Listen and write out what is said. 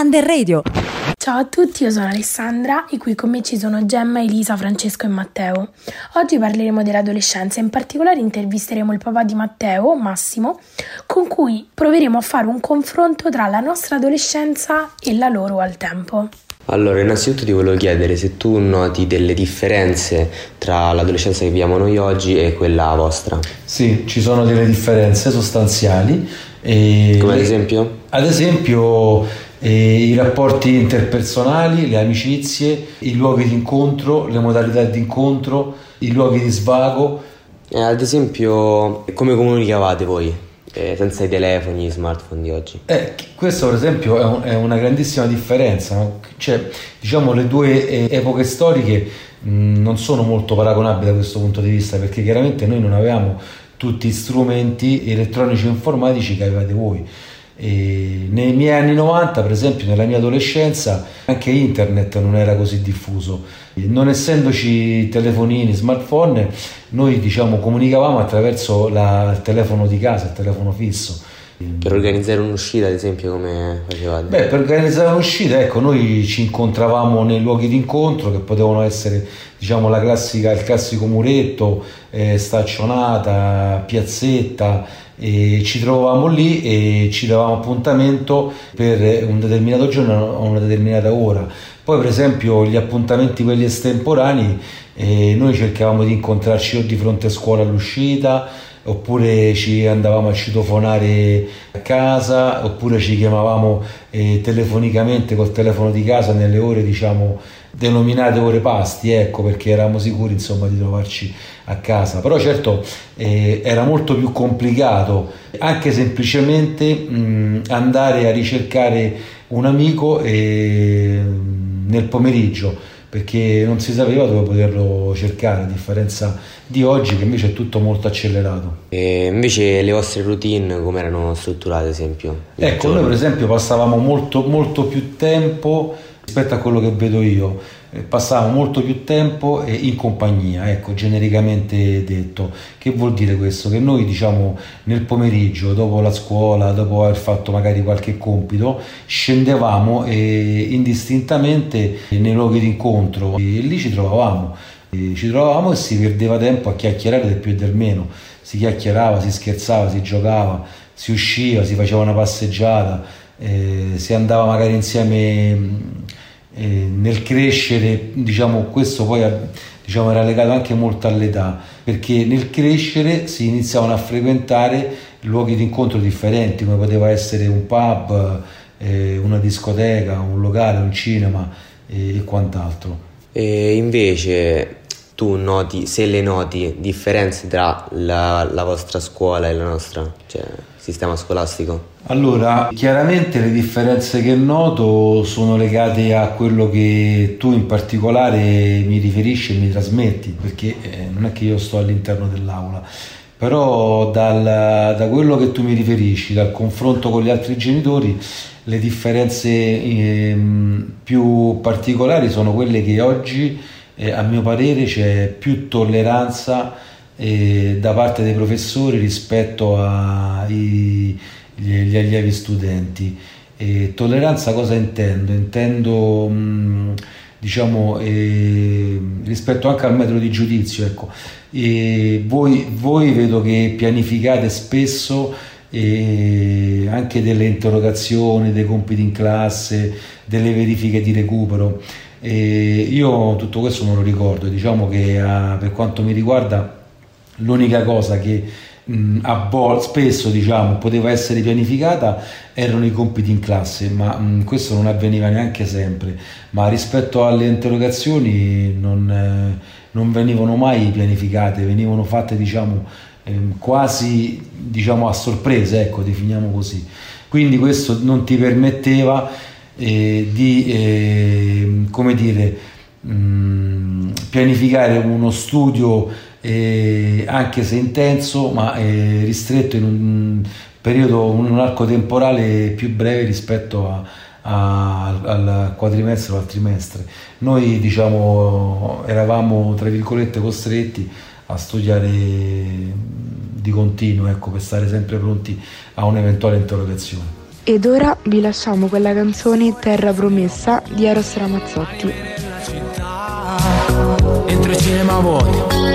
Under Radio. Ciao a tutti, io sono Alessandra e qui con me ci sono Gemma, Elisa, Francesco e Matteo. Oggi parleremo dell'adolescenza e in particolare intervisteremo il papà di Matteo, Massimo, con cui proveremo a fare un confronto tra la nostra adolescenza e la loro al tempo. Allora, innanzitutto ti volevo chiedere se tu noti delle differenze tra l'adolescenza che viviamo noi oggi e quella vostra. Sì, ci sono delle differenze sostanziali. Come ad esempio? Ad esempio i rapporti interpersonali, le amicizie, i luoghi di incontro, le modalità di incontro, i luoghi di svago. Ad esempio, come comunicavate voi? Senza i telefoni, gli smartphone di oggi. Questo per esempio è una grandissima differenza, no? Cioè, diciamo, le due epoche storiche non sono molto paragonabili da questo punto di vista, perché chiaramente noi non avevamo tutti gli strumenti elettronici e informatici che avevate voi. Nei miei anni 90, per esempio, nella mia adolescenza, anche internet non era così diffuso. Non essendoci telefonini, smartphone, noi comunicavamo attraverso il telefono di casa, il telefono fisso. Per organizzare un'uscita, ad esempio, come facevate? Per organizzare un'uscita, noi ci incontravamo nei luoghi di incontro, che potevano essere, il classico muretto, staccionata, piazzetta, e ci trovavamo lì e ci davamo appuntamento per un determinato giorno a una determinata ora. Poi per esempio gli appuntamenti quelli estemporanei, noi cercavamo di incontrarci o di fronte a scuola all'uscita, oppure ci andavamo a citofonare a casa, oppure ci chiamavamo telefonicamente col telefono di casa nelle ore denominate ore pasti, perché eravamo sicuri di trovarci a casa. Però certo era molto più complicato anche semplicemente andare a ricercare un amico nel pomeriggio, perché non si sapeva dove poterlo cercare, a differenza di oggi che invece è tutto molto accelerato. E invece le vostre routine come erano strutturate, ad esempio? Noi per esempio passavamo molto più tempo rispetto a quello che vedo io, passavamo molto più tempo in compagnia, genericamente detto. Che vuol dire questo? Che noi nel pomeriggio, dopo la scuola, dopo aver fatto magari qualche compito, scendevamo indistintamente nei luoghi di incontro e lì ci trovavamo e si perdeva tempo a chiacchierare del più e del meno. Si chiacchierava, si scherzava, si giocava, si usciva, si faceva una passeggiata, si andava magari insieme nel crescere. Questo poi era legato anche molto all'età, perché nel crescere si iniziavano a frequentare luoghi di incontro differenti, come poteva essere un pub, una discoteca, un locale, un cinema e quant'altro. E invece tu noti differenze tra la vostra scuola e la nostra, sistema scolastico? Allora, chiaramente le differenze che noto sono legate a quello che tu in particolare mi riferisci e mi trasmetti, perché non è che io sto all'interno dell'aula, però da quello che tu mi riferisci, dal confronto con gli altri genitori, le differenze più particolari sono quelle che oggi, a mio parere, c'è più tolleranza da parte dei professori rispetto agli allievi studenti. Tolleranza cosa intendo? Intendo rispetto anche al metodo di giudizio. Voi vedo che pianificate spesso anche delle interrogazioni, dei compiti in classe, delle verifiche di recupero. Io tutto questo non lo ricordo. Che per quanto mi riguarda, l'unica cosa che spesso poteva essere pianificata erano i compiti in classe, ma questo non avveniva neanche sempre. Ma rispetto alle interrogazioni non venivano mai pianificate, venivano fatte quasi a sorpresa, definiamo così. Quindi questo non ti permetteva di pianificare uno studio anche se intenso, ma ristretto in un periodo, in un arco temporale più breve rispetto al quadrimestre o al trimestre. Noi eravamo tra virgolette costretti a studiare di continuo, per stare sempre pronti a un'eventuale interrogazione. Ed ora vi lasciamo con la canzone Terra Promessa di Eros Ramazzotti. Entro i cinema vuoti,